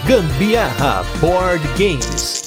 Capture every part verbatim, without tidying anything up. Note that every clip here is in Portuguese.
Gambiarra Board Games.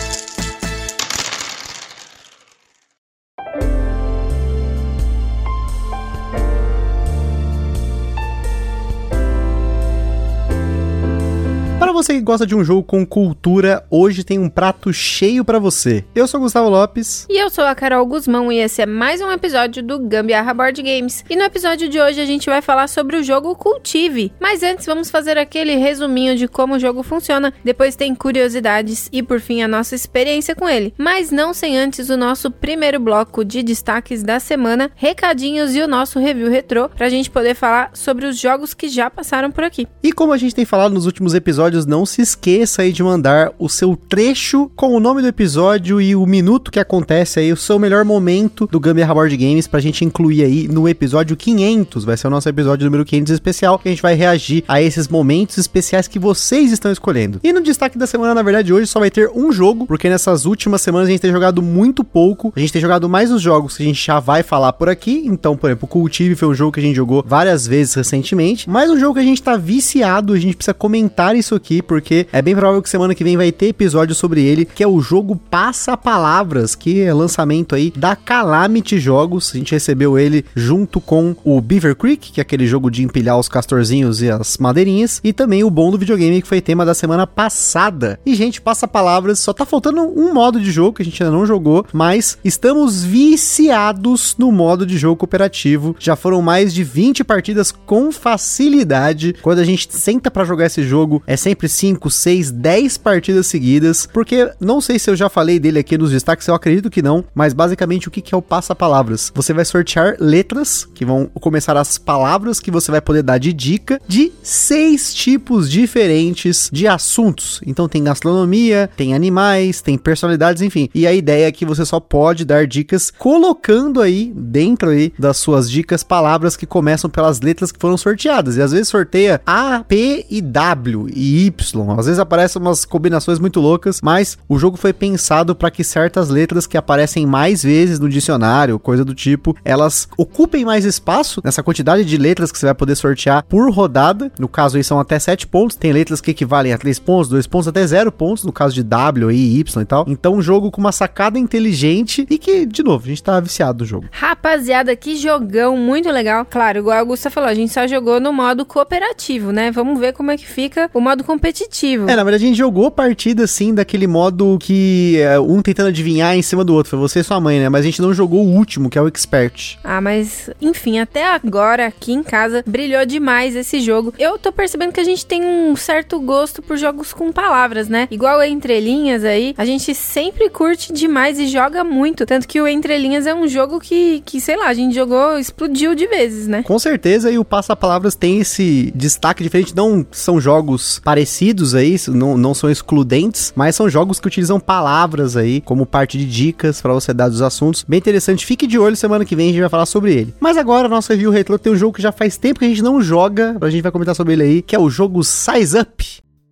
Para você que gosta de um jogo com cultura, hoje tem um prato cheio pra você. Eu sou o Gustavo Lopes. E eu sou a Carol Guzmão e esse é mais um episódio do Gambiarra Board Games. E no episódio de hoje a gente vai falar sobre o jogo Cultive. Mas antes vamos fazer aquele resuminho de como o jogo funciona, depois tem curiosidades e por fim a nossa experiência com ele. Mas não sem antes o nosso primeiro bloco de destaques da semana, recadinhos e o nosso review retrô, pra gente poder falar sobre os jogos que já passaram por aqui. E como a gente tem falado nos últimos episódios, não se esqueça aí de mandar o seu trecho com o nome do episódio e o minuto que acontece aí, o seu melhor momento do Gambiarra Board Games pra gente incluir aí no episódio quinhentos, vai ser o nosso episódio número quinhentos especial, que a gente vai reagir a esses momentos especiais que vocês estão escolhendo. E no destaque da semana, na verdade, hoje só vai ter um jogo, porque nessas últimas semanas a gente tem jogado muito pouco, a gente tem jogado mais os jogos que a gente já vai falar por aqui, então, por exemplo, o Cultive foi um jogo que a gente jogou várias vezes recentemente, mas um jogo que a gente tá viciado, a gente precisa comentar isso aqui, porque é bem provável que semana que vem vai ter episódio sobre ele, que é o jogo Passa-Palavras, que é lançamento aí da Calamity Jogos. A gente recebeu ele junto com o Beaver Creek, que é aquele jogo de empilhar os castorzinhos e as madeirinhas, e também o Bom do Videogame, que foi tema da semana passada. E, gente, Passa-Palavras, só tá faltando um modo de jogo que a gente ainda não jogou, mas estamos viciados no modo de jogo cooperativo. Já foram mais de vinte partidas com facilidade. Quando a gente senta pra jogar esse jogo, é sempre cinco, seis, dez partidas seguidas, porque não sei se eu já falei dele aqui nos destaques, eu acredito que não, mas basicamente o que que é o Passa-Palavras? Você vai sortear letras, que vão começar as palavras que você vai poder dar de dica, de seis tipos diferentes de assuntos. Então tem gastronomia, tem animais, tem personalidades, enfim. E a ideia é que você só pode dar dicas colocando aí, dentro aí das suas dicas, palavras que começam pelas letras que foram sorteadas. E às vezes sorteia A, P e W e Y. Às vezes aparecem umas combinações muito loucas, mas o jogo foi pensado para que certas letras que aparecem mais vezes no dicionário, coisa do tipo, elas ocupem mais espaço nessa quantidade de letras que você vai poder sortear por rodada. No caso aí são até sete pontos. Tem letras que equivalem a três pontos, dois pontos, até zero pontos, no caso de W e Y e tal. Então um jogo com uma sacada inteligente e que, de novo, a gente tá viciado no jogo. Rapaziada, que jogão muito legal. Claro, igual a Augusta falou, a gente só jogou no modo cooperativo, né? Vamos ver como é que fica o modo competitivo. É, na verdade a gente jogou partida assim, daquele modo que é, um tentando adivinhar em cima do outro, foi você e sua mãe, né? Mas a gente não jogou o último, que é o Expert. Ah, mas enfim, até agora aqui em casa brilhou demais esse jogo. Eu tô percebendo que a gente tem um certo gosto por jogos com palavras, né? Igual o Entre Linhas aí, a gente sempre curte demais e joga muito, tanto que o Entre Linhas é um jogo que, que sei lá, a gente jogou, explodiu de vezes, né? Com certeza, e o Passa-Palavras tem esse destaque diferente, não são jogos parecidos aí, não, não são excludentes, mas são jogos que utilizam palavras aí como parte de dicas pra você dar dos assuntos. Bem interessante, fique de olho, semana que vem a gente vai falar sobre ele. Mas agora, nosso review retrô tem um jogo que já faz tempo que a gente não joga, a gente vai comentar sobre ele aí, que é o jogo Size Up.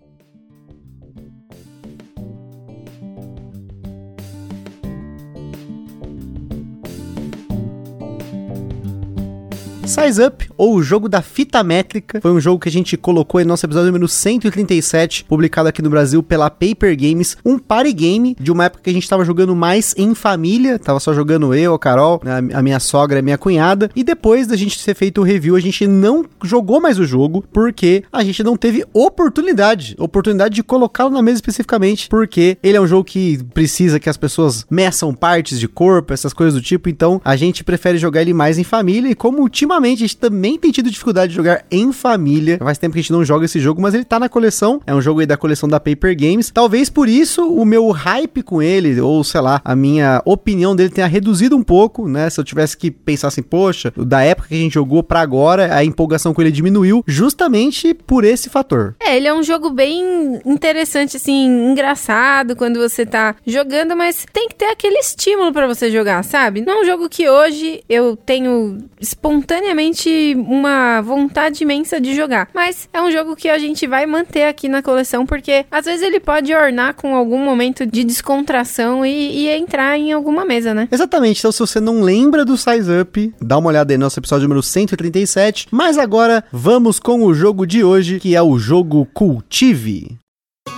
Size Up, ou o jogo da fita métrica, foi um jogo que a gente colocou em nosso episódio número cento e trinta e sete, publicado aqui no Brasil pela Paper Games, um party game de uma época que a gente tava jogando mais em família, tava só jogando eu, a Carol, a minha sogra e a minha cunhada, e depois da gente ter feito o review, a gente não jogou mais o jogo, porque a gente não teve oportunidade, oportunidade de colocá-lo na mesa especificamente, porque ele é um jogo que precisa que as pessoas meçam partes de corpo, essas coisas do tipo, então a gente prefere jogar ele mais em família, e como ultimamente a gente também tem tido dificuldade de jogar em família. Faz tempo que a gente não joga esse jogo, mas ele tá na coleção. É um jogo aí da coleção da Paper Games. Talvez por isso o meu hype com ele, ou sei lá, a minha opinião dele tenha reduzido um pouco, né? Se eu tivesse que pensar assim, poxa, da época que a gente jogou pra agora, a empolgação com ele diminuiu justamente por esse fator. É, ele é um jogo bem interessante, assim, engraçado quando você tá jogando, mas tem que ter aquele estímulo pra você jogar, sabe? Não é um jogo que hoje eu tenho espontaneamente uma vontade imensa de jogar, mas é um jogo que a gente vai manter aqui na coleção, porque às vezes ele pode ornar com algum momento de descontração e, e entrar em alguma mesa, né? Exatamente, então se você não lembra do Size Up, dá uma olhada aí no nosso episódio número cento e trinta e sete, mas agora vamos com o jogo de hoje, que é o jogo Cultive.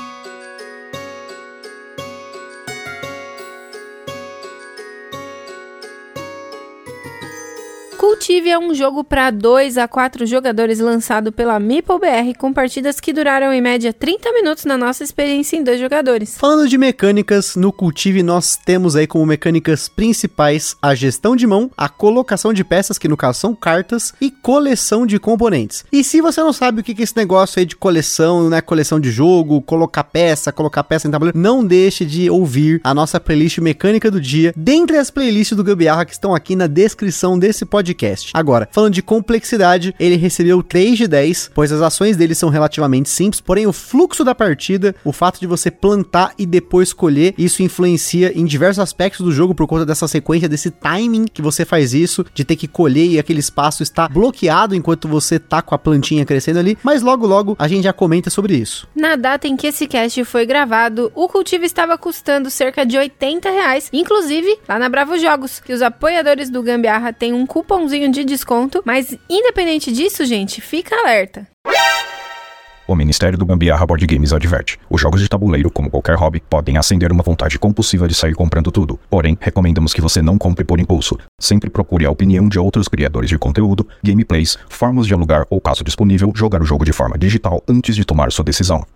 Cultive é um jogo para dois a quatro jogadores lançado pela MeepleBR com partidas que duraram em média trinta minutos na nossa experiência em dois jogadores. Falando de mecânicas, no Cultive nós temos aí como mecânicas principais a gestão de mão, a colocação de peças, que no caso são cartas, e coleção de componentes. E se você não sabe o que é esse negócio aí de coleção, né, coleção de jogo, colocar peça, colocar peça em tabuleiro, não deixe de ouvir a nossa playlist mecânica do dia, dentre as playlists do Gambiarra que estão aqui na descrição desse podcast. Agora, falando de complexidade, ele recebeu três de dez, pois as ações dele são relativamente simples, porém o fluxo da partida, o fato de você plantar e depois colher, isso influencia em diversos aspectos do jogo por conta dessa sequência, desse timing que você faz isso, de ter que colher e aquele espaço está bloqueado enquanto você tá com a plantinha crescendo ali, mas logo logo a gente já comenta sobre isso. Na data em que esse cast foi gravado, o Cultive estava custando cerca de oitenta reais, inclusive lá na Bravo Jogos, que os apoiadores do Gambiarra têm um cupomzinho de desconto, mas independente disso, gente, fica alerta. O Ministério do Gambiarra Board Games adverte: os jogos de tabuleiro, como qualquer hobby, podem acender uma vontade compulsiva de sair comprando tudo. Porém, recomendamos que você não compre por impulso. Sempre procure a opinião de outros criadores de conteúdo, gameplays, formas de alugar ou, caso disponível, jogar o jogo de forma digital antes de tomar sua decisão.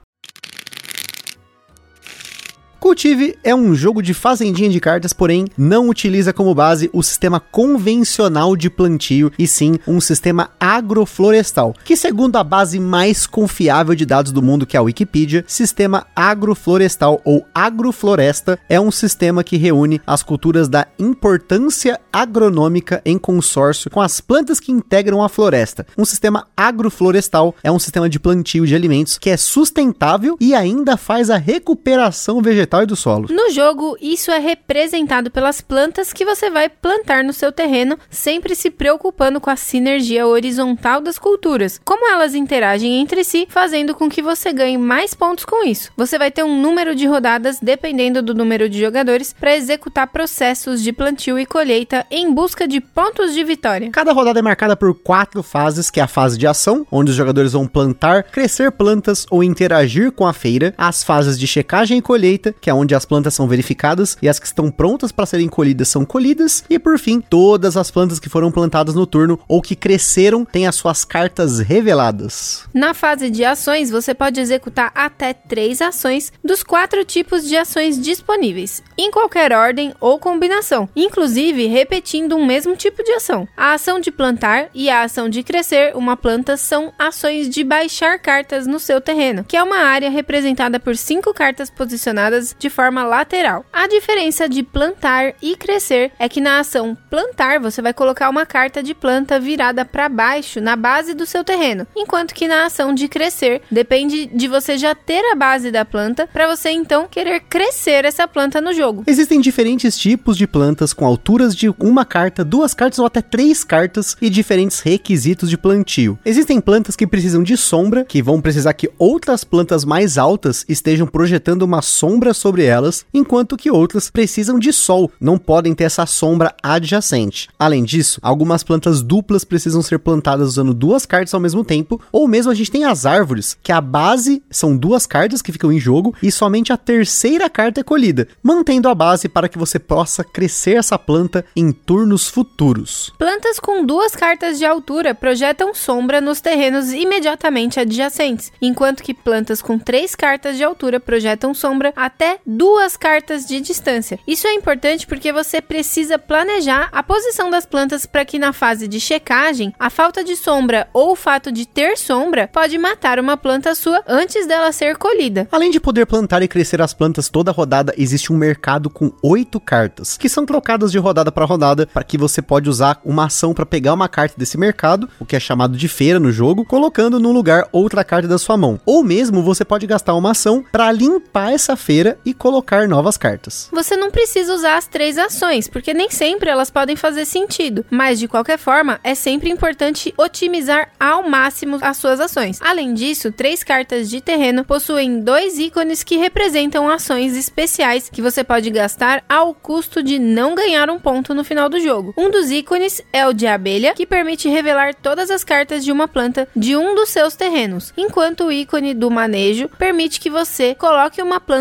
Cultive é um jogo de fazendinha de cartas, porém não utiliza como base o sistema convencional de plantio, e sim um sistema agroflorestal, que segundo a base mais confiável de dados do mundo, que é a Wikipedia, sistema agroflorestal ou agrofloresta é um sistema que reúne as culturas da importância agronômica em consórcio com as plantas que integram a floresta. Um sistema agroflorestal é um sistema de plantio de alimentos que é sustentável e ainda faz a recuperação vegetal e do solo. No jogo, isso é representado pelas plantas que você vai plantar no seu terreno, sempre se preocupando com a sinergia horizontal das culturas, como elas interagem entre si, fazendo com que você ganhe mais pontos com isso. Você vai ter um número de rodadas, dependendo do número de jogadores, para executar processos de plantio e colheita em busca de pontos de vitória. Cada rodada é marcada por quatro fases, que é a fase de ação, onde os jogadores vão plantar, crescer plantas ou interagir com a feira, as fases de checagem e colheita, que é onde as plantas são verificadas e as que estão prontas para serem colhidas são colhidas, e por fim, todas as plantas que foram plantadas no turno ou que cresceram têm as suas cartas reveladas. Na fase de ações, você pode executar até três ações dos quatro tipos de ações disponíveis, em qualquer ordem ou combinação, inclusive repetindo um mesmo tipo de ação. A ação de plantar e a ação de crescer uma planta são ações de baixar cartas no seu terreno, que é uma área representada por cinco cartas posicionadas de forma lateral. A diferença de plantar e crescer é que na ação plantar você vai colocar uma carta de planta virada para baixo na base do seu terreno, enquanto que na ação de crescer depende de você já ter a base da planta para você então querer crescer essa planta no jogo. Existem diferentes tipos de plantas com alturas de uma carta, duas cartas ou até três cartas e diferentes requisitos de plantio. Existem plantas que precisam de sombra, que vão precisar que outras plantas mais altas estejam projetando uma sombra sobre elas, enquanto que outras precisam de sol, não podem ter essa sombra adjacente. Além disso, algumas plantas duplas precisam ser plantadas usando duas cartas ao mesmo tempo, ou mesmo a gente tem as árvores, que a base são duas cartas que ficam em jogo e somente a terceira carta é colhida, mantendo a base para que você possa crescer essa planta em turnos futuros. Plantas com duas cartas de altura projetam sombra nos terrenos imediatamente adjacentes, enquanto que plantas com três cartas de altura projetam sombra até duas cartas de distância. Isso é importante porque você precisa planejar a posição das plantas para que na fase de checagem, a falta de sombra ou o fato de ter sombra pode matar uma planta sua antes dela ser colhida. Além de poder plantar e crescer as plantas toda rodada, existe um mercado com oito cartas, que são trocadas de rodada para rodada, para que você pode usar uma ação para pegar uma carta desse mercado, o que é chamado de feira no jogo, colocando no lugar outra carta da sua mão. Ou mesmo você pode gastar uma ação para limpar essa feira e colocar novas cartas. Você não precisa usar as três ações, porque nem sempre elas podem fazer sentido, mas de qualquer forma, é sempre importante otimizar ao máximo as suas ações. Além disso, três cartas de terreno possuem dois ícones que representam ações especiais que você pode gastar ao custo de não ganhar um ponto no final do jogo. Um dos ícones é o de abelha, que permite revelar todas as cartas de uma planta de um dos seus terrenos, enquanto o ícone do manejo permite que você coloque uma planta não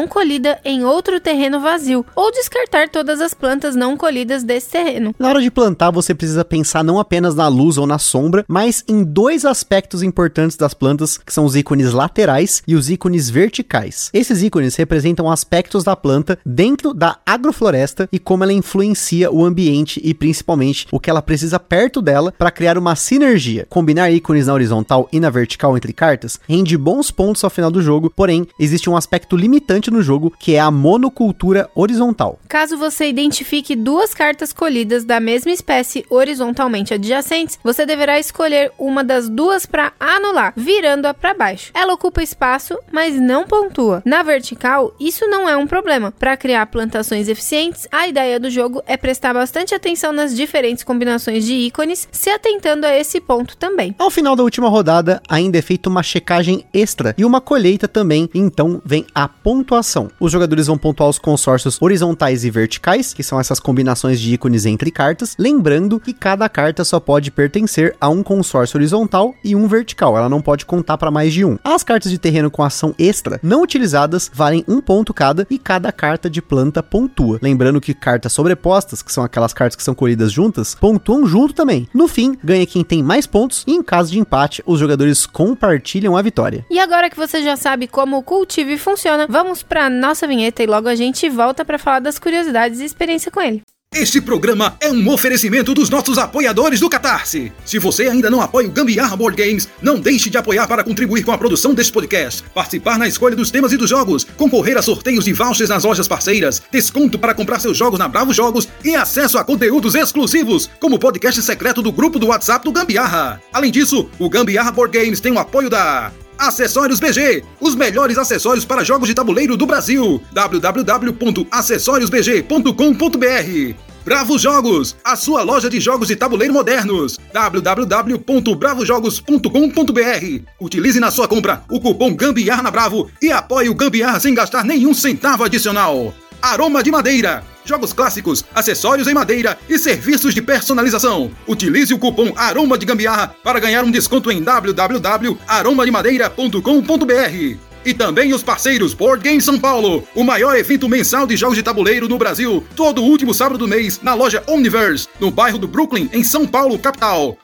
não colhida em outro terreno vazio, ou descartar todas as plantas não colhidas desse terreno. Na hora de plantar, você precisa pensar não apenas na luz ou na sombra, mas em dois aspectos importantes das plantas, que são os ícones laterais e os ícones verticais. Esses ícones representam aspectos da planta dentro da agrofloresta e como ela influencia o ambiente e principalmente o que ela precisa perto dela para criar uma sinergia. Combinar ícones na horizontal e na vertical entre cartas rende bons pontos ao final do jogo, porém, existe um aspecto limitante no jogo, que é a monocultura horizontal. Caso você identifique duas cartas colhidas da mesma espécie horizontalmente adjacentes, você deverá escolher uma das duas para anular, virando-a para baixo. Ela ocupa espaço, mas não pontua. Na vertical, isso não é um problema. Para criar plantações eficientes, a ideia do jogo é prestar bastante atenção nas diferentes combinações de ícones, se atentando a esse ponto também. Ao final da última rodada, ainda é feita uma checagem extra e uma colheita também, então vem a pontuação. Os jogadores vão pontuar os consórcios horizontais e verticais, que são essas combinações de ícones entre cartas, lembrando que cada carta só pode pertencer a um consórcio horizontal e um vertical, ela não pode contar para mais de um. As cartas de terreno com ação extra não utilizadas valem um ponto cada e cada carta de planta pontua. Lembrando que cartas sobrepostas, que são aquelas cartas que são colhidas juntas, pontuam junto também. No fim, ganha quem tem mais pontos e em caso de empate, os jogadores compartilham a vitória. E agora que você já sabe como o Cultive funciona, vamos para nossa vinheta e logo a gente volta para falar das curiosidades e experiência com ele. Este programa é um oferecimento dos nossos apoiadores do Catarse. Se você ainda não apoia o Gambiarra Board Games, não deixe de apoiar para contribuir com a produção deste podcast, participar na escolha dos temas e dos jogos, concorrer a sorteios de vouchers nas lojas parceiras, desconto para comprar seus jogos na Bravo Jogos e acesso a conteúdos exclusivos, como o podcast secreto do grupo do WhatsApp do Gambiarra. Além disso, o Gambiarra Board Games tem o apoio da Acessórios B G, os melhores acessórios para jogos de tabuleiro do Brasil. w w w ponto acessórios b g ponto com ponto b r. Bravo Jogos, a sua loja de jogos de tabuleiro modernos. w w w ponto bravo jogos ponto com ponto b r. Utilize na sua compra o cupom Gambiarra na Bravo e apoie o Gambiarra sem gastar nenhum centavo adicional. Aroma de Madeira, jogos clássicos, acessórios em madeira e serviços de personalização. Utilize o cupom Aroma de Gambiarra para ganhar um desconto em w w w ponto aroma de madeira ponto com ponto b r. E também os parceiros Board Game São Paulo, o maior evento mensal de jogos de tabuleiro no Brasil, todo último sábado do mês na loja Omniverse, no bairro do Brooklyn, em São Paulo, capital.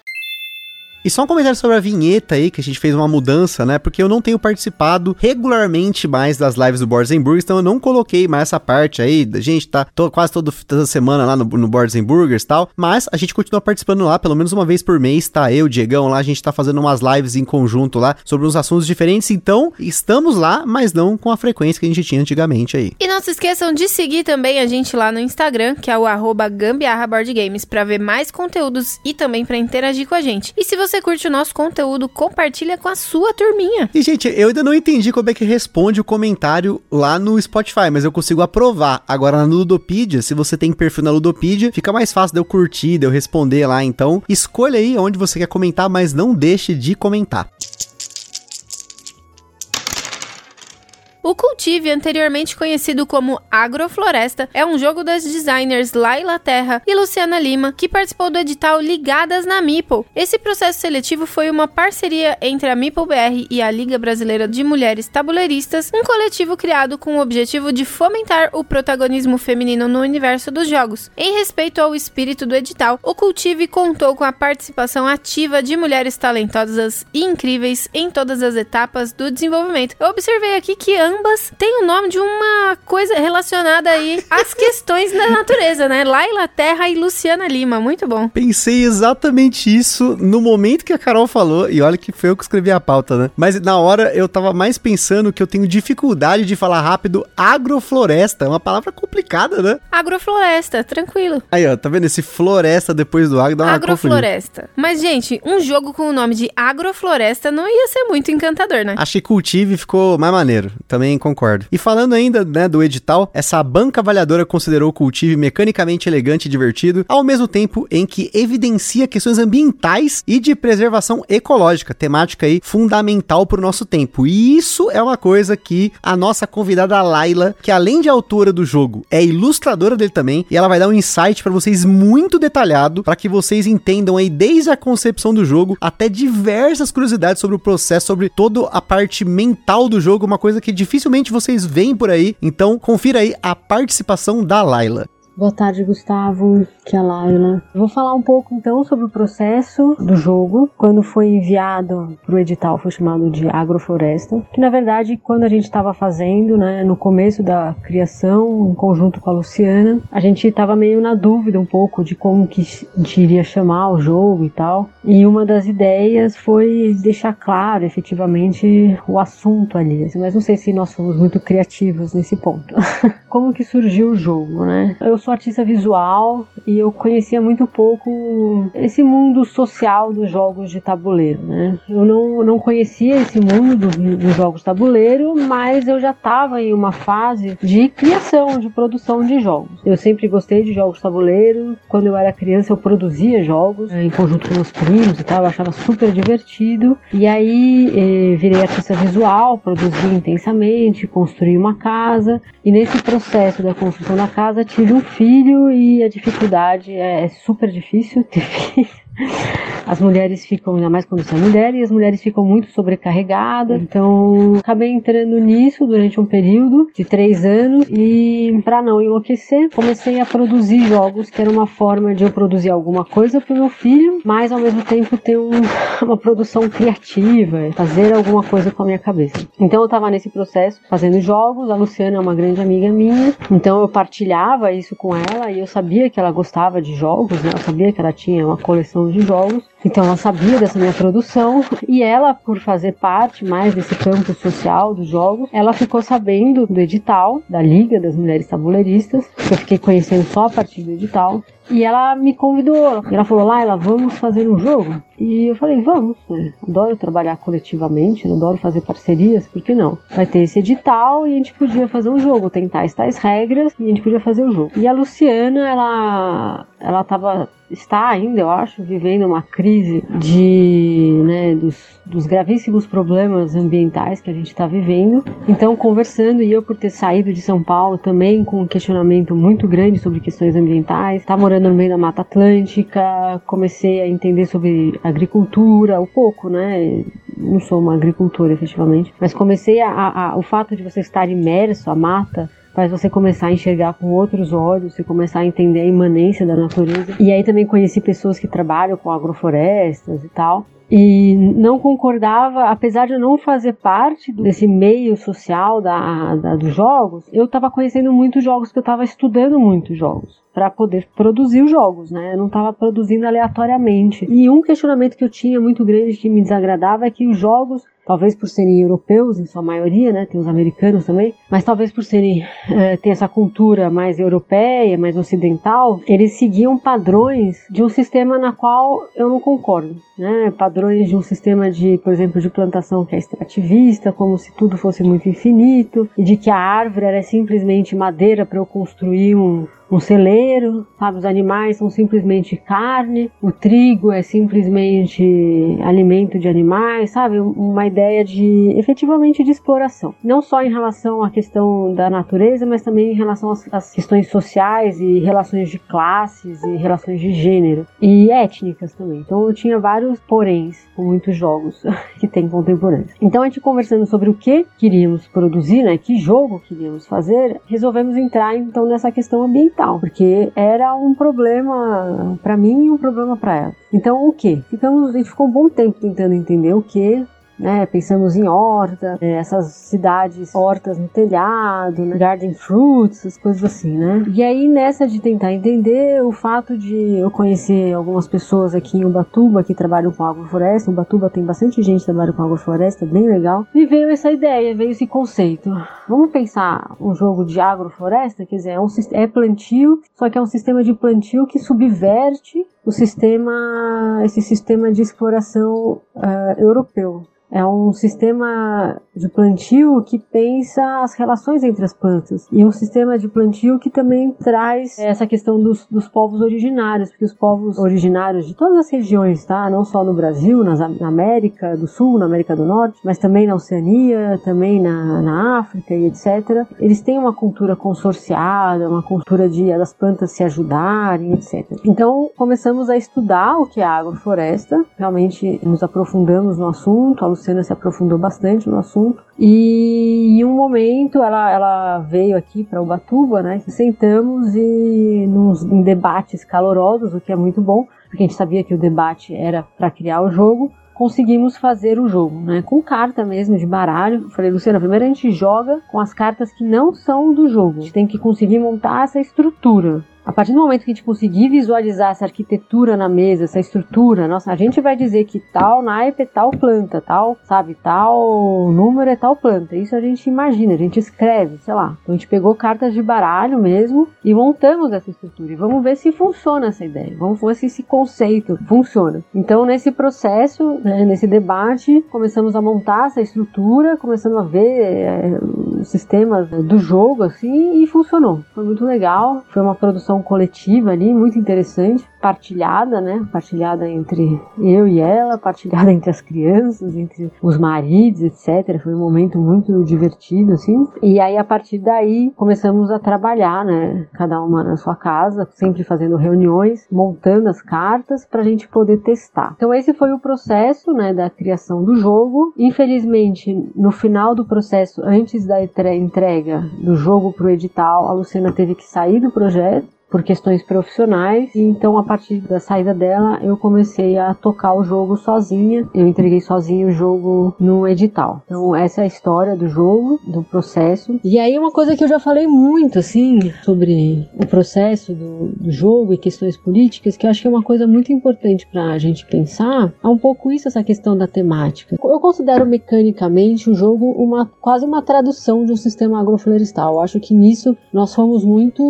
E só um comentário sobre a vinheta aí, que a gente fez uma mudança, né? Porque eu não tenho participado regularmente mais das lives do Boards and Burgers, então eu não coloquei mais essa parte aí. A gente tá to- quase todo, toda semana lá no, no Boards and Burgers e tal, mas a gente continua participando lá, pelo menos uma vez por mês, tá? Eu, o Diegão lá, a gente tá fazendo umas lives em conjunto lá, sobre uns assuntos diferentes, então estamos lá, mas não com a frequência que a gente tinha antigamente aí. E não se esqueçam de seguir também a gente lá no Instagram, que é o arroba Gambiarra Board Games, pra ver mais conteúdos e também pra interagir com a gente. E se você você curte o nosso conteúdo, compartilha com a sua turminha. E, gente, eu ainda não entendi como é que responde o comentário lá no Spotify, mas eu consigo aprovar. Agora, na Ludopedia, se você tem perfil na Ludopedia, fica mais fácil de eu curtir, de eu responder lá. Então, escolha aí onde você quer comentar, mas não deixe de comentar. O Cultive, anteriormente conhecido como Agrofloresta, é um jogo das designers Laila Terra e Luciana Lima, que participou do edital Ligadas na Meeple. Esse processo seletivo foi uma parceria entre a Meeple B R e a Liga Brasileira de Mulheres Tabuleiristas, um coletivo criado com o objetivo de fomentar o protagonismo feminino no universo dos jogos. Em respeito ao espírito do edital, o Cultive contou com a participação ativa de mulheres talentosas e incríveis em todas as etapas do desenvolvimento. Eu observei aqui que ambas têm o nome de uma coisa relacionada aí às questões da natureza, né? Laila Terra e Luciana Lima, muito bom. Pensei exatamente isso no momento que a Carol falou, e olha que foi eu que escrevi a pauta, né? Mas na hora eu tava mais pensando que eu tenho dificuldade de falar rápido agrofloresta, é uma palavra complicada, né? Agrofloresta, tranquilo. Aí, ó, tá vendo? Esse floresta depois do agro dá uma Agrofloresta. Confundida. Mas, gente, um jogo com o nome de Agrofloresta não ia ser muito encantador, né? Achei que Cultive ficou mais maneiro. Também concordo. E falando ainda, né, do edital, essa banca avaliadora considerou o Cultive mecanicamente elegante e divertido, ao mesmo tempo em que evidencia questões ambientais e de preservação ecológica, temática aí fundamental pro nosso tempo. E isso é uma coisa que a nossa convidada Laila, que além de autora do jogo, é ilustradora dele também, e ela vai dar um insight pra vocês muito detalhado, para que vocês entendam aí desde a concepção do jogo até diversas curiosidades sobre o processo, sobre toda a parte mental do jogo, uma coisa que dificilmente vocês veem por aí. Então, confira aí a participação da Laila. Boa tarde, Gustavo, que é a Laila. Eu vou falar um pouco, então, sobre o processo do jogo. Quando foi enviado para o edital, foi chamado de Agrofloresta. Que, na verdade, quando a gente estava fazendo, né, no começo da criação, em conjunto com a Luciana, a gente estava meio na dúvida um pouco de como que a gente iria chamar o jogo e tal. E uma das ideias foi deixar claro, efetivamente, o assunto ali. Mas não sei se nós fomos muito criativos nesse ponto. Como que surgiu o jogo, né? Eu sou artista visual e eu conhecia muito pouco esse mundo social dos jogos de tabuleiro, né? Eu não, não conhecia esse mundo do, dos jogos de tabuleiro, mas eu já estava em uma fase de criação, de produção de jogos. Eu sempre gostei de jogos de tabuleiro. Quando eu era criança eu produzia jogos em conjunto com meus primos e tal, eu achava super divertido. E aí eh, virei artista visual, produzi intensamente, construí uma casa e nesse processo da construção da casa tive um filho e a dificuldade é super difícil ter filho. As mulheres ficam, ainda mais quando você é mulher, e as mulheres ficam muito sobrecarregadas. Então, acabei entrando nisso durante um período de três anos e, para não enlouquecer, comecei a produzir jogos, que era uma forma de eu produzir alguma coisa para o meu filho, mas ao mesmo tempo ter um, uma produção criativa, fazer alguma coisa com a minha cabeça. Então, eu estava nesse processo, fazendo jogos. A Luciana é uma grande amiga minha, então eu partilhava isso com ela e eu sabia que ela gostava de jogos, né? Eu sabia que ela tinha uma coleção de jogos. Então ela sabia dessa minha produção e ela, por fazer parte mais desse campo social dos jogos, ela ficou sabendo do edital da Liga das Mulheres Tabuleiristas, que eu fiquei conhecendo só a partir do edital, e ela me convidou. Ela falou, Laila, vamos fazer um jogo? E eu falei, vamos, né? Adoro trabalhar coletivamente, adoro fazer parcerias, por que não? Vai ter esse edital e a gente podia fazer um jogo, tentar tais regras e a gente podia fazer o jogo. E a Luciana, ela, ela tava, está ainda, eu acho, vivendo uma crise de, né, dos, dos gravíssimos problemas ambientais que a gente está vivendo. Então, conversando, e eu por ter saído de São Paulo também com um questionamento muito grande sobre questões ambientais, tá morando no meio da Mata Atlântica, comecei a entender sobre agricultura, um pouco, né? Não sou uma agricultora, efetivamente, mas comecei a, a, a o fato de você estar imerso à mata faz você começar a enxergar com outros olhos, você começar a entender a imanência da natureza. E aí também conheci pessoas que trabalham com agroflorestas e tal. E não concordava, apesar de eu não fazer parte desse meio social da, da, dos jogos, eu estava conhecendo muitos jogos, porque eu estava estudando muitos jogos para poder produzir os jogos, né? Eu não estava produzindo aleatoriamente. E um questionamento que eu tinha muito grande que me desagradava é que os jogos, talvez por serem europeus em sua maioria, né, tem os americanos também, mas talvez por serem, é, ter essa cultura mais europeia, mais ocidental, eles seguiam padrões de um sistema na qual eu não concordo, né, padrões de um sistema de, por exemplo, de plantação que é extrativista, como se tudo fosse muito infinito, e de que a árvore era simplesmente madeira para eu construir um um celeiro, sabe? Os animais são simplesmente carne, o trigo é simplesmente alimento de animais, sabe? Uma ideia de, efetivamente, de exploração. Não só em relação à questão da natureza, mas também em relação às, às questões sociais e relações de classes e relações de gênero e étnicas também. Então eu tinha vários poréns com muitos jogos que tem contemporâneos. Então a gente conversando sobre o que queríamos produzir, né? Que jogo queríamos fazer, resolvemos entrar então nessa questão ambiental, porque era um problema para mim e um problema para ela. Então o que? Ficamos, a gente ficou um bom tempo tentando entender o que, né? Pensamos em horta, essas cidades, hortas no telhado, né? Garden fruits, essas coisas assim, né? E aí nessa de tentar entender, o fato de eu conhecer algumas pessoas aqui em Ubatuba que trabalham com agrofloresta, Ubatuba tem bastante gente que trabalha com agrofloresta, bem legal, me veio essa ideia, veio esse conceito. Vamos pensar um jogo de agrofloresta, quer dizer, é, um, é plantio, só que é um sistema de plantio que subverte o sistema, esse sistema de exploração uh, europeu. É um sistema de plantio que pensa as relações entre as plantas. E um sistema de plantio que também traz essa questão dos, dos povos originários, porque os povos originários de todas as regiões, tá? Não só no Brasil, nas, na América do Sul, na América do Norte, mas também na Oceania, também na, na África e etcétera. Eles têm uma cultura consorciada, uma cultura de das plantas se ajudarem, etcétera. Então, começamos começamos a estudar o que é a agrofloresta, realmente nos aprofundamos no assunto, a Luciana se aprofundou bastante no assunto, e em um momento ela, ela veio aqui para Ubatuba, né, sentamos e nos, em debates calorosos, o que é muito bom, porque a gente sabia que o debate era para criar o jogo, conseguimos fazer o jogo, né, com carta mesmo, de baralho. Eu falei, Luciana, primeiro a gente joga com as cartas que não são do jogo, a gente tem que conseguir montar essa estrutura. A partir do momento que a gente conseguir visualizar essa arquitetura na mesa, essa estrutura, nossa, a gente vai dizer que tal naipe é tal planta, tal, sabe, tal número é tal planta. Isso a gente imagina, a gente escreve, sei lá. Então a gente pegou cartas de baralho mesmo e montamos essa estrutura. E vamos ver se funciona essa ideia. Vamos ver se esse conceito funciona. Então nesse processo, né, nesse debate, começamos a montar essa estrutura, começamos a ver é, os sistemas do jogo, assim, e funcionou. Foi muito legal. Foi uma produção coletiva ali, muito interessante, partilhada, né, partilhada entre eu e ela, partilhada entre as crianças, entre os maridos, etcétera. Foi um momento muito divertido, assim, e aí a partir daí começamos a trabalhar, né, cada uma na sua casa, sempre fazendo reuniões, montando as cartas pra gente poder testar. Então esse foi o processo, né, da criação do jogo. Infelizmente, no final do processo, antes da entrega do jogo pro edital, a Luciana teve que sair do projeto por questões profissionais, e então a partir da saída dela eu comecei a tocar o jogo sozinha, eu entreguei sozinha o jogo no edital. Então essa é a história do jogo, do processo. E aí uma coisa que eu já falei muito assim sobre o processo do, do jogo e questões políticas, que eu acho que é uma coisa muito importante pra gente pensar, é um pouco isso, essa questão da temática. Eu considero mecanicamente o jogo uma, quase uma tradução de um sistema agroflorestal. Eu acho que nisso nós fomos muito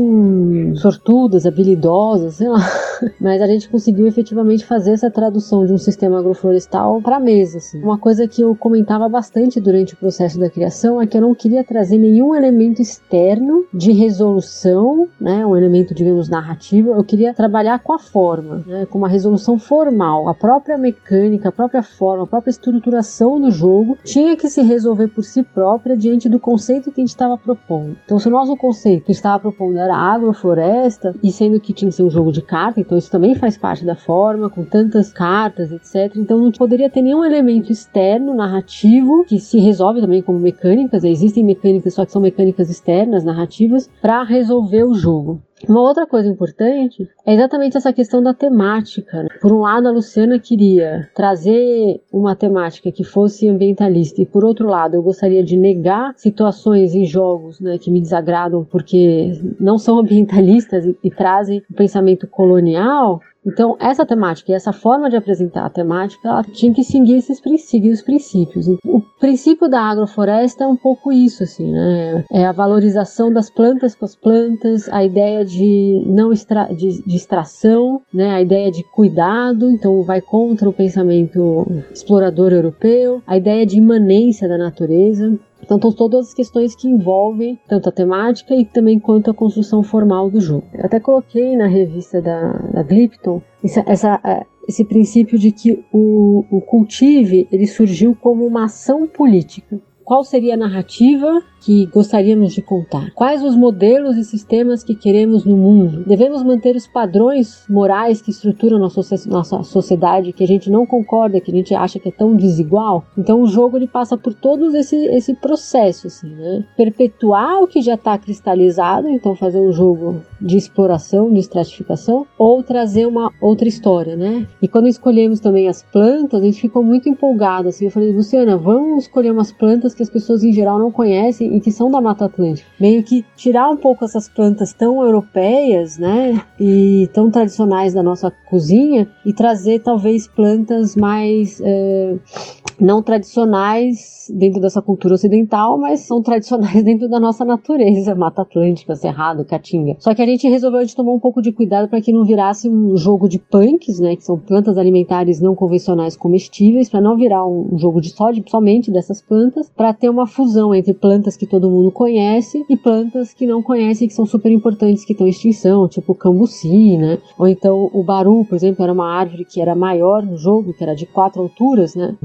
sortudas, habilidosas, sei lá, mas a gente conseguiu efetivamente fazer essa tradução de um sistema agroflorestal para a mesa, assim. Uma coisa que eu comentava bastante durante o processo da criação é que eu não queria trazer nenhum elemento externo de resolução, né, um elemento, digamos, narrativo. Eu queria trabalhar com a forma, né, com uma resolução formal. A própria mecânica, a própria forma, a própria estruturação do jogo tinha que se resolver por si própria diante do conceito que a gente estava propondo. Então, se o nosso conceito que a gente estava propondo era agrofloresta, e sendo que tinha que ser um jogo de carta, então isso também faz parte da forma, com tantas cartas, etcétera. Então não poderia ter nenhum elemento externo, narrativo, que se resolve também como mecânicas. Existem mecânicas, só que são mecânicas externas, narrativas, para resolver o jogo. Uma outra coisa importante é exatamente essa questão da temática, né? Por um lado, a Luciana queria trazer uma temática que fosse ambientalista, e por outro lado, eu gostaria de negar situações em jogos, né, que me desagradam porque não são ambientalistas e, e trazem o pensamento colonial. Então, essa temática e essa forma de apresentar a temática, ela tinha que seguir esses princípios, os princípios. O princípio da agrofloresta é um pouco isso, assim, né? É a valorização das plantas com as plantas, a ideia de não extra, de, de extração, né? A ideia de cuidado, então vai contra o pensamento explorador europeu, a ideia de imanência da natureza. Então, estão todas as questões que envolvem tanto a temática e também quanto a construção formal do jogo. Eu até coloquei na revista da, da Glypton essa, essa, esse princípio de que o, o Cultive ele surgiu como uma ação política. Qual seria a narrativa que gostaríamos de contar? Quais os modelos e sistemas que queremos no mundo? Devemos manter os padrões morais que estruturam nossa, nossa sociedade, que a gente não concorda, que a gente acha que é tão desigual? Então o jogo ele passa por todo esse, esse processo, assim, né? Perpetuar o que já está cristalizado, então fazer um jogo de exploração, de estratificação, ou trazer uma outra história, né? E quando escolhemos também as plantas, a gente ficou muito empolgado, assim. Eu falei, Luciana, vamos escolher umas plantas que as pessoas em geral não conhecem e que são da Mata Atlântica. Meio que tirar um pouco essas plantas tão europeias, né, e tão tradicionais da nossa cozinha e trazer talvez plantas mais é, não tradicionais dentro dessa cultura ocidental, mas são tradicionais dentro da nossa natureza, Mata Atlântica, Cerrado, Caatinga. Só que a gente resolveu, a gente tomou um pouco de cuidado para que não virasse um jogo de punks, né, que são plantas alimentares não convencionais comestíveis, para não virar um, um jogo de só de, somente dessas plantas, para ter uma fusão entre plantas que todo mundo conhece e plantas que não conhecem, que são super importantes, que estão em extinção, tipo o cambuci, né? Ou então o baru, por exemplo, era uma árvore que era maior no jogo, que era de quatro alturas, né? Boa parte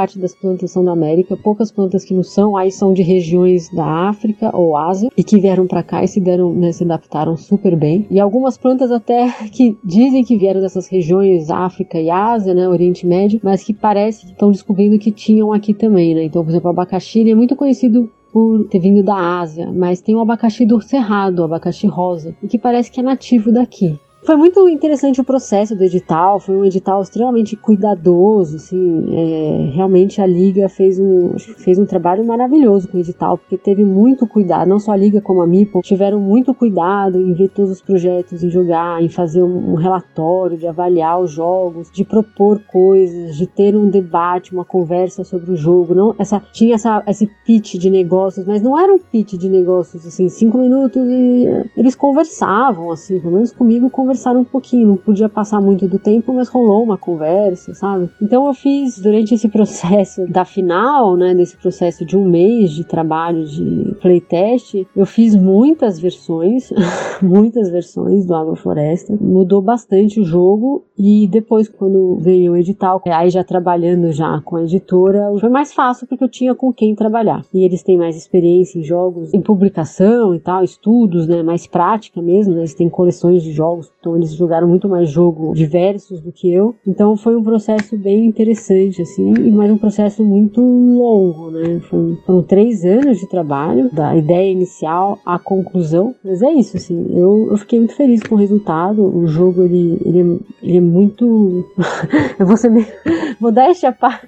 parte das plantas são da América, poucas plantas que não são, aí são de regiões da África ou Ásia, e que vieram pra cá e se deram, né, se adaptaram super bem. E algumas plantas até que dizem que vieram dessas regiões, África e Ásia, né, Oriente Médio, mas que parece que estão descobrindo que tinham aqui também, né? Então, por exemplo, o abacaxi, ele é muito conhecido por ter vindo da Ásia, mas tem o abacaxi do Cerrado, o abacaxi rosa, e que parece que é nativo daqui. Foi muito interessante o processo do edital, foi um edital extremamente cuidadoso, assim, é, realmente a Liga fez um, fez um trabalho maravilhoso com o edital, porque teve muito cuidado, não só a Liga como a Meeple, tiveram muito cuidado em ver todos os projetos, em jogar, em fazer um, um relatório, de avaliar os jogos, de propor coisas, de ter um debate, uma conversa sobre o jogo, não, essa, tinha essa, esse pitch de negócios, mas não era um pitch de negócios, assim, cinco minutos e eles conversavam, assim, pelo menos comigo, conversavam um pouquinho, não podia passar muito do tempo, mas rolou uma conversa, sabe? Então eu fiz, durante esse processo da final, né, desse processo de um mês de trabalho de playtest, eu fiz muitas versões, muitas versões do Agrofloresta, mudou bastante o jogo, e depois, quando veio o edital, aí já trabalhando já com a editora, foi mais fácil porque eu tinha com quem trabalhar, e eles têm mais experiência em jogos, em publicação e tal, estudos, né, mais prática mesmo, né, eles têm coleções de jogos, então eles jogaram muito mais jogo diversos do que eu, então foi um processo bem interessante, assim, mas um processo muito longo, né, foi, foram três anos de trabalho, da ideia inicial à conclusão, mas é isso, assim, eu, eu fiquei muito feliz com o resultado, o jogo, ele, ele, é, ele é muito, eu vou ser meio modéstia, pá,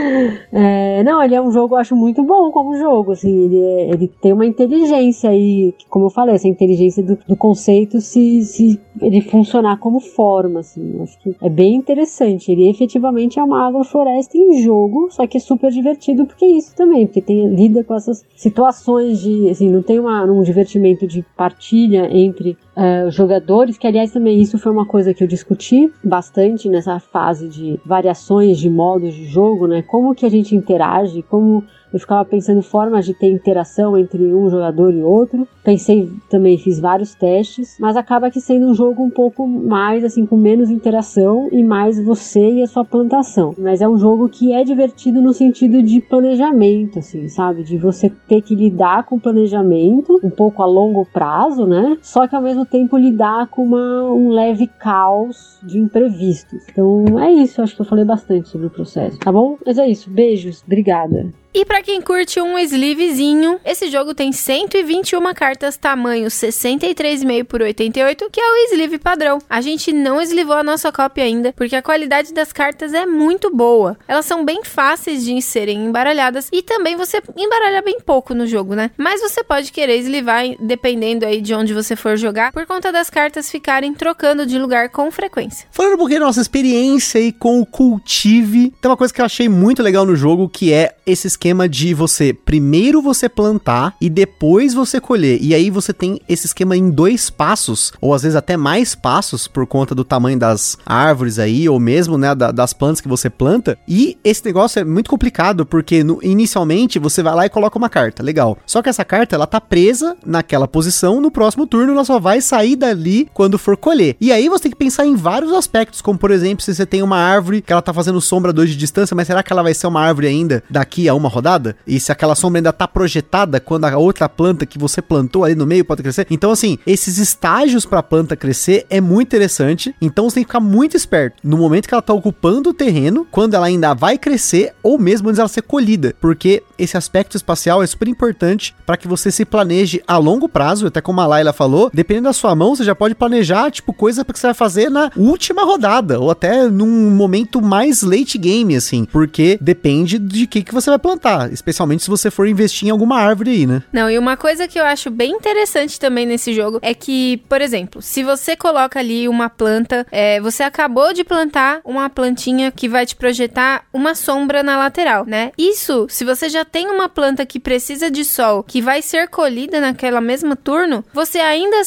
é, não, ele é um jogo, eu acho muito bom como jogo, assim, ele, é, ele tem uma inteligência aí, como eu falei, essa inteligência do, do conceito, se, se ele funcionar como forma, assim, eu acho que é bem interessante, ele efetivamente é uma agrofloresta em jogo, só que é super divertido porque é isso também, porque tem, lida com essas situações de, assim, não tem uma, um divertimento de partilha entre uh, jogadores, que aliás também isso foi uma coisa que eu discuti bastante nessa fase de variações de modos de jogo, né, como que a gente interage, como eu ficava pensando em formas de ter interação entre um jogador e outro. Pensei também, fiz vários testes, mas acaba que sendo um jogo um pouco mais, assim, com menos interação e mais você e a sua plantação. Mas é um jogo que é divertido no sentido de planejamento, assim, sabe? De você ter que lidar com planejamento um pouco a longo prazo, né? Só que ao mesmo tempo lidar com uma, um leve caos de imprevistos. Então é isso, acho que eu falei bastante sobre o processo, tá bom? Mas é isso, beijos, obrigada. E pra quem curte um sleevezinho, esse jogo tem cento e vinte e uma cartas tamanho sessenta e três vírgula cinco por oitenta e oito, que é o sleeve padrão. A gente não eslivou a nossa cópia ainda, porque a qualidade das cartas é muito boa. Elas são bem fáceis de serem embaralhadas e também você embaralha bem pouco no jogo, né? Mas você pode querer eslivar dependendo aí de onde você for jogar, por conta das cartas ficarem trocando de lugar com frequência. Falando um pouquinho da nossa experiência aí com o Cultive, tem uma coisa que eu achei muito legal no jogo, que é esse esquema de você, primeiro você plantar e depois você colher, e aí você tem esse esquema em dois passos, ou às vezes até mais passos, por conta do tamanho das árvores aí, ou mesmo, né, da, das plantas que você planta, e esse negócio é muito complicado, porque no, inicialmente você vai lá e coloca uma carta, legal, só que essa carta, ela tá presa naquela posição, no próximo turno ela só vai sair dali quando for colher, e aí você tem que pensar em vários aspectos, como por exemplo, se você tem uma árvore que ela tá fazendo sombra dois de distância, mas será que ela vai ser uma árvore ainda daqui a uma rodada? E se aquela sombra ainda tá projetada quando a outra planta que você plantou ali no meio pode crescer? Então assim, esses estágios pra planta crescer é muito interessante, então você tem que ficar muito esperto no momento que ela tá ocupando o terreno, quando ela ainda vai crescer, ou mesmo antes dela ser colhida, porque esse aspecto espacial é super importante para que você se planeje a longo prazo, até como a Laila falou, dependendo da sua mão, você já pode planejar, tipo, coisa que você vai fazer na última rodada, ou até num momento mais late game, assim, porque depende de que que você vai plantar, especialmente se você for investir em alguma árvore aí, né? Não, e uma coisa que eu acho bem interessante também nesse jogo é que, por exemplo, se você coloca ali uma planta, é, você acabou de plantar uma plantinha que vai te projetar uma sombra na lateral, né? Isso, se você já tem uma planta que precisa de sol, que vai ser colhida naquela mesma turno, você ainda assim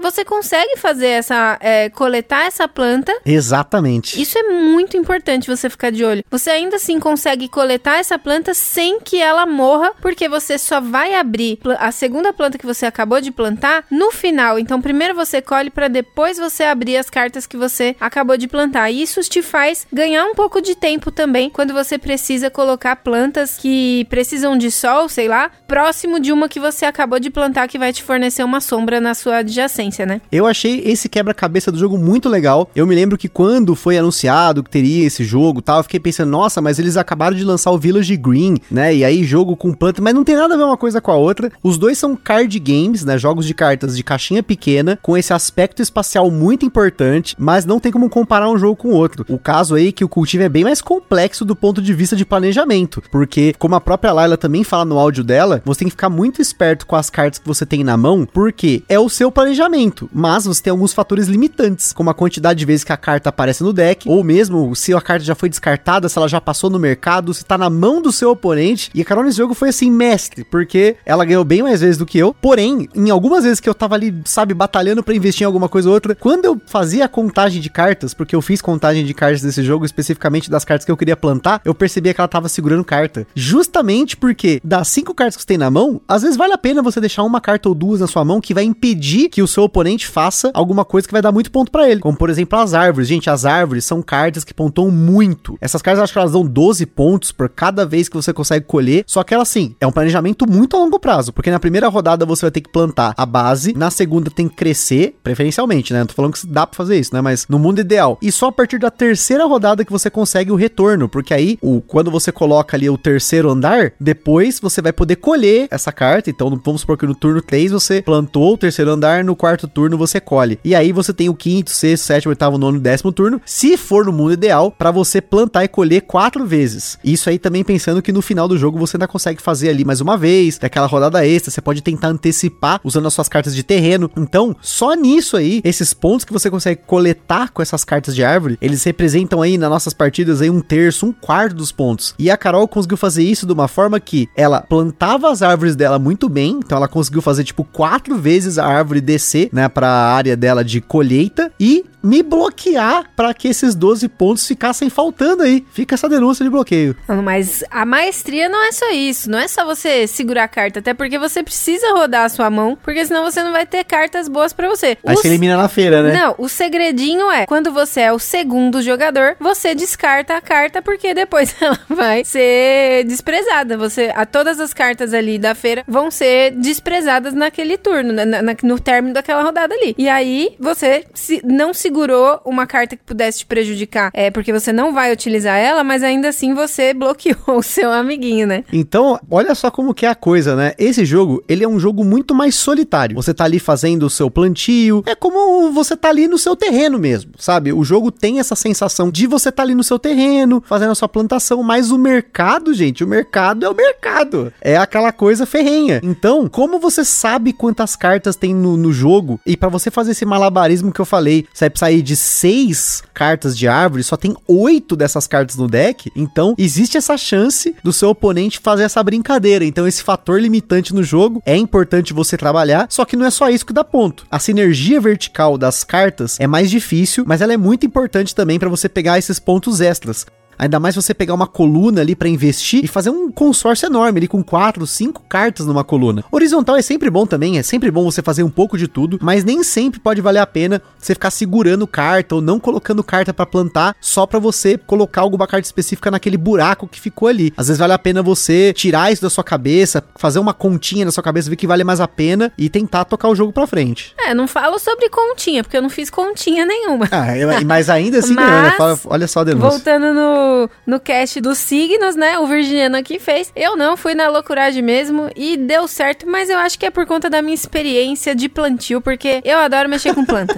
você consegue fazer essa, é, coletar essa planta. Exatamente. Isso é muito importante você ficar de olho. Você ainda assim consegue coletar essa planta sem que ela morra, porque você só vai abrir a segunda planta que você acabou de plantar no final. Então, primeiro você colhe para depois você abrir as cartas que você acabou de plantar. E isso te faz ganhar um pouco de tempo também, quando você precisa colocar plantas que precisam de sol, sei lá, próximo de uma que você acabou de plantar, que vai te fornecer uma sombra na sua adjacência, né? Eu achei esse quebra-cabeça do jogo muito legal. Eu me lembro que quando foi anunciado que teria esse jogo e tal, eu fiquei pensando, nossa, mas eles acabaram de lançar o Village Green, né? E aí jogo com planta, mas não tem nada a ver uma coisa com a outra. Os dois são card games, né? Jogos de cartas de caixinha pequena, com esse aspecto espacial muito importante, mas não tem como comparar um jogo com o outro. O caso aí é que o Cultive é bem mais complexo do ponto de vista de planejamento, porque, como a própria Layla também fala no áudio dela, você tem que ficar muito esperto com as cartas que você tem na mão, porque é o seu planejamento, mas você tem alguns fatores limitantes, como a quantidade de vezes que a carta aparece no deck, ou mesmo se a carta já foi descartada, se ela já passou no mercado, se tá na mão do seu oponente. E a Carol nesse jogo foi assim, mestre, porque ela ganhou bem mais vezes do que eu, porém, em algumas vezes que eu tava ali, sabe, batalhando pra investir em alguma coisa ou outra, quando eu fazia a contagem de cartas, porque eu fiz contagem de cartas desse jogo, especificamente das cartas que eu queria plantar, eu percebia que ela tava segurando carta. Justamente porque das cinco cartas que você tem na mão, às vezes vale a pena você deixar uma carta ou duas na sua mão que vai impedir que o seu oponente faça alguma coisa que vai dar muito ponto pra ele. Como, por exemplo, as árvores. Gente, as árvores são cartas que pontuam muito. Essas cartas, eu acho que elas dão doze pontos por cada vez que você consegue colher. Só que ela, assim, é um planejamento muito a longo prazo, porque na primeira rodada você vai ter que plantar a base, na segunda tem que crescer, preferencialmente, né? Não tô falando que dá pra fazer isso, né? Mas no mundo ideal. E só a partir da terceira rodada que você consegue o retorno, porque aí, o, quando você coloca ali o terceiro andar, depois você vai poder colher essa carta. Então, vamos supor que no turno três você plantou o terceiro andar, no quarto turno você colhe. E aí você tem o quinto, sexto, sétimo, oitavo, nono, décimo turno, se for no mundo ideal, pra você plantar e colher quatro vezes. Isso aí também pensando que no final do jogo você ainda consegue fazer ali mais uma vez, daquela rodada extra, você pode tentar antecipar usando as suas cartas de terreno. Então, só nisso aí, esses pontos que você consegue coletar com essas cartas de árvore, eles representam aí nas nossas partidas aí um terço, um quarto dos pontos. E a Carol conseguiu fazer isso de uma forma que ela plantava as árvores dela muito bem, então ela conseguiu fazer tipo quatro vezes a árvore descer, né, pra área dela de colheita e me bloquear para que esses doze pontos ficassem faltando aí. Fica essa denúncia de bloqueio. Mas a maestria não é só isso, não é só você segurar a carta, até porque você precisa rodar a sua mão, porque senão você não vai ter cartas boas para você. Aí você elimina na feira, né? Não, o segredinho é, quando você é o segundo jogador, você descarta a carta, porque depois ela vai ser desprezada. Você, a, todas as cartas ali da feira vão ser desprezadas naquele turno, na, na, no término daquela rodada ali. E aí, você se, não segura segurou uma carta que pudesse te prejudicar, é porque você não vai utilizar ela, mas ainda assim você bloqueou o seu amiguinho, né? Então, olha só como que é a coisa, né? Esse jogo, ele é um jogo muito mais solitário. Você tá ali fazendo o seu plantio, é como você tá ali no seu terreno mesmo, sabe? O jogo tem essa sensação de você tá ali no seu terreno, fazendo a sua plantação, mas o mercado, gente, o mercado é o mercado. É aquela coisa ferrenha. Então, como você sabe quantas cartas tem no, no jogo, e pra você fazer esse malabarismo que eu falei, você vai sair de seis cartas de árvore, só tem oito dessas cartas no deck, então existe essa chance do seu oponente fazer essa brincadeira. Então esse fator limitante no jogo é importante você trabalhar, só que não é só isso que dá ponto. A sinergia vertical das cartas é mais difícil, mas ela é muito importante também para você pegar esses pontos extras. Ainda mais você pegar uma coluna ali pra investir e fazer um consórcio enorme ali com quatro, cinco cartas numa coluna. Horizontal é sempre bom também, é sempre bom você fazer um pouco de tudo, mas nem sempre pode valer a pena você ficar segurando carta ou não colocando carta pra plantar só pra você colocar alguma carta específica naquele buraco que ficou ali. Às vezes vale a pena você tirar isso da sua cabeça, fazer uma continha na sua cabeça, ver que vale mais a pena e tentar tocar o jogo pra frente. É, não falo sobre continha, porque eu não fiz continha nenhuma. Ah, mas ainda assim, mas, Ana, fala, olha só a denúncia. Voltando no no cast dos signos, né, o Virginiano aqui fez, eu não, fui na loucuragem mesmo e deu certo, mas eu acho que é por conta da minha experiência de plantio, porque eu adoro mexer com planta.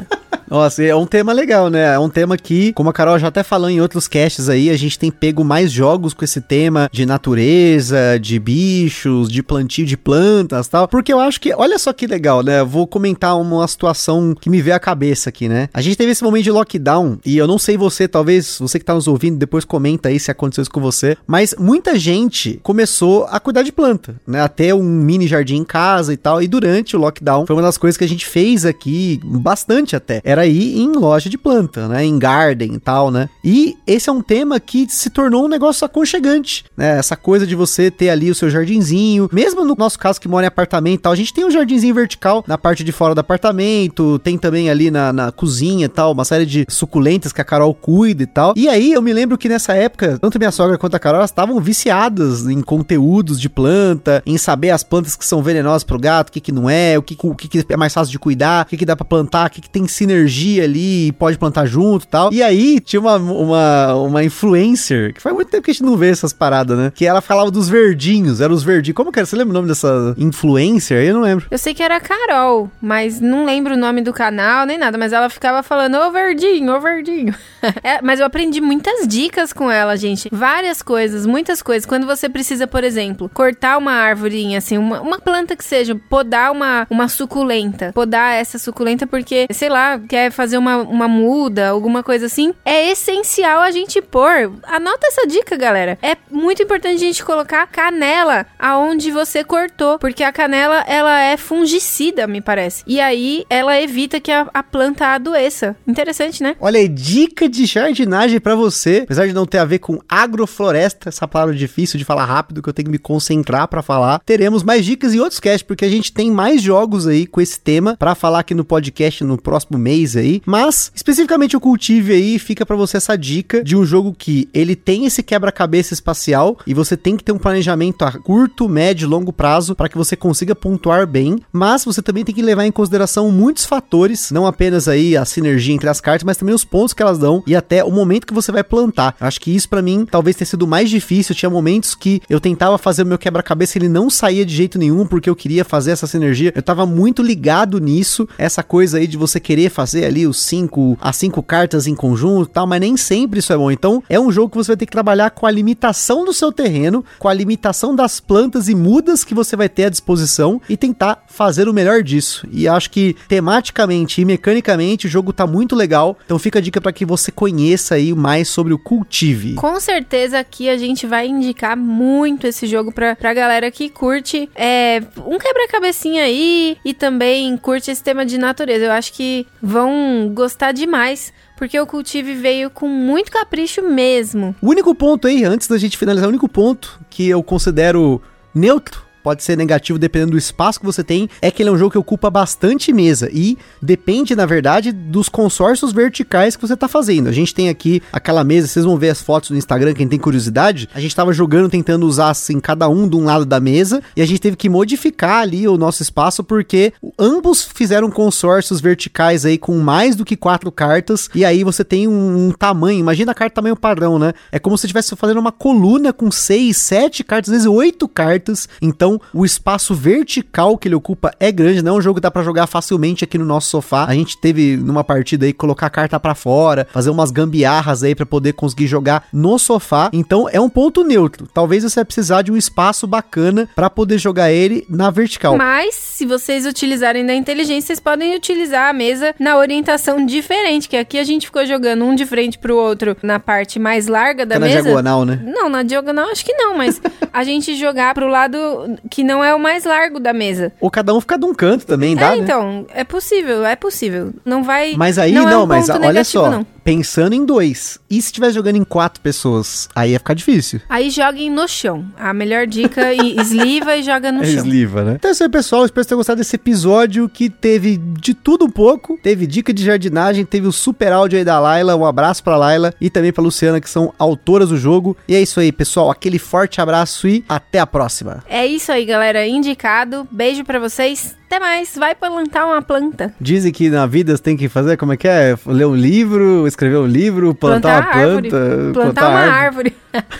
Nossa, é um tema legal, né? É um tema que, como a Carol já até falou em outros casts aí, a gente tem pego mais jogos com esse tema de natureza, de bichos, de plantio de plantas e tal, porque eu acho que, olha só que legal, né? Eu vou comentar uma situação que me veio à cabeça aqui, né? A gente teve esse momento de lockdown, e eu não sei você, talvez você que tá nos ouvindo, depois comenta aí se aconteceu isso com você, mas muita gente começou a cuidar de planta, né? Até um mini jardim em casa e tal, e durante o lockdown foi uma das coisas que a gente fez aqui, bastante até, era ir em loja de planta, né? Em garden e tal, né? E esse é um tema que se tornou um negócio aconchegante, né? Essa coisa de você ter ali o seu jardinzinho, mesmo no nosso caso que mora em apartamento e tal, a gente tem um jardinzinho vertical na parte de fora do apartamento, tem também ali na, na cozinha e tal, uma série de suculentas que a Carol cuida e tal. E aí eu me lembro que nessa época, tanto minha sogra quanto a Carol, elas estavam viciadas em conteúdos de planta, em saber as plantas que são venenosas pro gato, o que que não é, o que, o que, que é mais fácil de cuidar, o que que dá pra plantar, o que que tem sinergia ali e pode plantar junto e tal. E aí tinha uma, uma, uma influencer, que faz muito tempo que a gente não vê essas paradas, né? Que ela falava dos verdinhos, eram os verdinhos. Como que era? Você lembra o nome dessa influencer? Eu não lembro. Eu sei que era a Carol, mas não lembro o nome do canal nem nada, mas ela ficava falando, ô verdinho, ô verdinho. É, mas eu aprendi muitas dicas com ela, gente. Várias coisas, muitas coisas. Quando você precisa, por exemplo, cortar uma árvore, assim, uma, uma planta que seja, podar uma, uma suculenta. Podar essa suculenta porque, sei lá, quer fazer uma, uma muda, alguma coisa assim. É essencial a gente pôr. Anota essa dica, galera. É muito importante a gente colocar canela aonde você cortou, porque a canela, ela é fungicida, me parece. E aí, ela evita que a, a planta adoeça. Interessante, né? Olha aí, dica de jardinagem pra você, apesar de não ter a ver com agrofloresta, essa palavra difícil de falar rápido, que eu tenho que me concentrar pra falar, teremos mais dicas em outros casts, porque a gente tem mais jogos aí com esse tema pra falar aqui no podcast no próximo mês aí, mas especificamente o Cultive aí, fica pra você essa dica de um jogo que ele tem esse quebra-cabeça espacial e você tem que ter um planejamento a curto, médio e longo prazo para que você consiga pontuar bem, mas você também tem que levar em consideração muitos fatores, não apenas aí a sinergia entre as cartas, mas também os pontos que elas dão e até o momento que você vai plantar. Acho que isso pra mim talvez tenha sido o mais difícil. Tinha momentos que eu tentava fazer o meu quebra-cabeça e ele não saía de jeito nenhum porque eu queria fazer essa sinergia. Eu tava muito ligado nisso, essa coisa aí de você querer fazer ali os cinco, as cinco cartas em conjunto e tal, mas nem sempre isso é bom. Então é um jogo que você vai ter que trabalhar com a limitação do seu terreno, com a limitação das plantas e mudas que você vai ter à disposição e tentar fazer o melhor disso. E acho que tematicamente e mecanicamente o jogo tá muito legal, então fica a dica para que você conheça aí mais sobre o Cultive. Com certeza aqui a gente vai indicar muito esse jogo pra, pra galera que curte é, um quebra-cabecinha aí e também curte esse tema de natureza. Eu acho que vão gostar demais, porque o Cultive veio com muito capricho mesmo. O único ponto aí, antes da gente finalizar, o único ponto que eu considero neutro, pode ser negativo dependendo do espaço que você tem, é que ele é um jogo que ocupa bastante mesa e depende, na verdade, dos consórcios verticais que você tá fazendo. A gente tem aqui aquela mesa, vocês vão ver as fotos no Instagram, quem tem curiosidade, a gente tava jogando, tentando usar assim, cada um de um lado da mesa, e a gente teve que modificar ali o nosso espaço, porque ambos fizeram consórcios verticais aí com mais do que quatro cartas, e aí você tem um, um tamanho, imagina a carta tamanho padrão, né? É como se você estivesse fazendo uma coluna com seis, sete cartas, às vezes oito cartas, então o espaço vertical que ele ocupa é grande, não é um jogo que dá pra jogar facilmente aqui no nosso sofá. A gente teve numa partida aí colocar a carta pra fora, fazer umas gambiarras aí pra poder conseguir jogar no sofá, então é um ponto neutro. Talvez você vai precisar de um espaço bacana pra poder jogar ele na vertical. Mas, se vocês utilizarem da inteligência, vocês podem utilizar a mesa na orientação diferente, que aqui a gente ficou jogando um de frente pro outro na parte mais larga da é mesa. Na diagonal, né? Não, na diagonal acho que não, mas a gente jogar pro lado que não é o mais largo da mesa. Ou cada um fica de um canto também, dá, é, né? então, é possível, é possível. Não vai... Mas aí, não, não, é um mas ponto olha negativo, só, não. Pensando em dois, e se estiver jogando em quatro pessoas, aí ia ficar difícil. Aí joguem no chão. A melhor dica, e esliva e joga no chão. Esliva, né? Então é isso aí, pessoal. Espero que tenham gostado desse episódio que teve de tudo um pouco. Teve dica de jardinagem, teve o super áudio aí da Laila. Um abraço pra Laila e também pra Luciana, que são autoras do jogo. E é isso aí, pessoal. Aquele forte abraço e até a próxima. É isso aí, galera. Indicado. Beijo pra vocês. Até mais. Vai plantar uma planta. Dizem que na vida você tem que fazer, como é que é? Ler um livro, escrever um livro, plantar, plantar uma árvore, planta. Plantar, plantar uma árvore. árvore.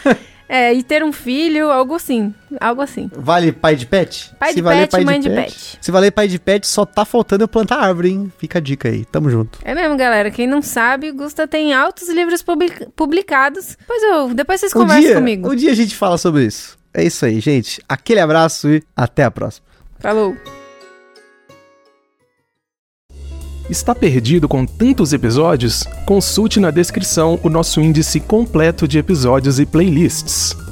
É, e ter um filho, algo assim. Algo assim. Vale pai de pet? Pai Se de valer pet, pai mãe de de pet. pet. Se valer pai de pet, só tá faltando eu plantar árvore, hein? Fica a dica aí. Tamo junto. É mesmo, galera. Quem não sabe, Gusta tem altos livros public- publicados. Pois eu, depois vocês Um conversam dia, comigo. um dia a gente fala sobre isso. É isso aí, gente. Aquele abraço e até a próxima. Falou. Está perdido com tantos episódios? Consulte na descrição o nosso índice completo de episódios e playlists.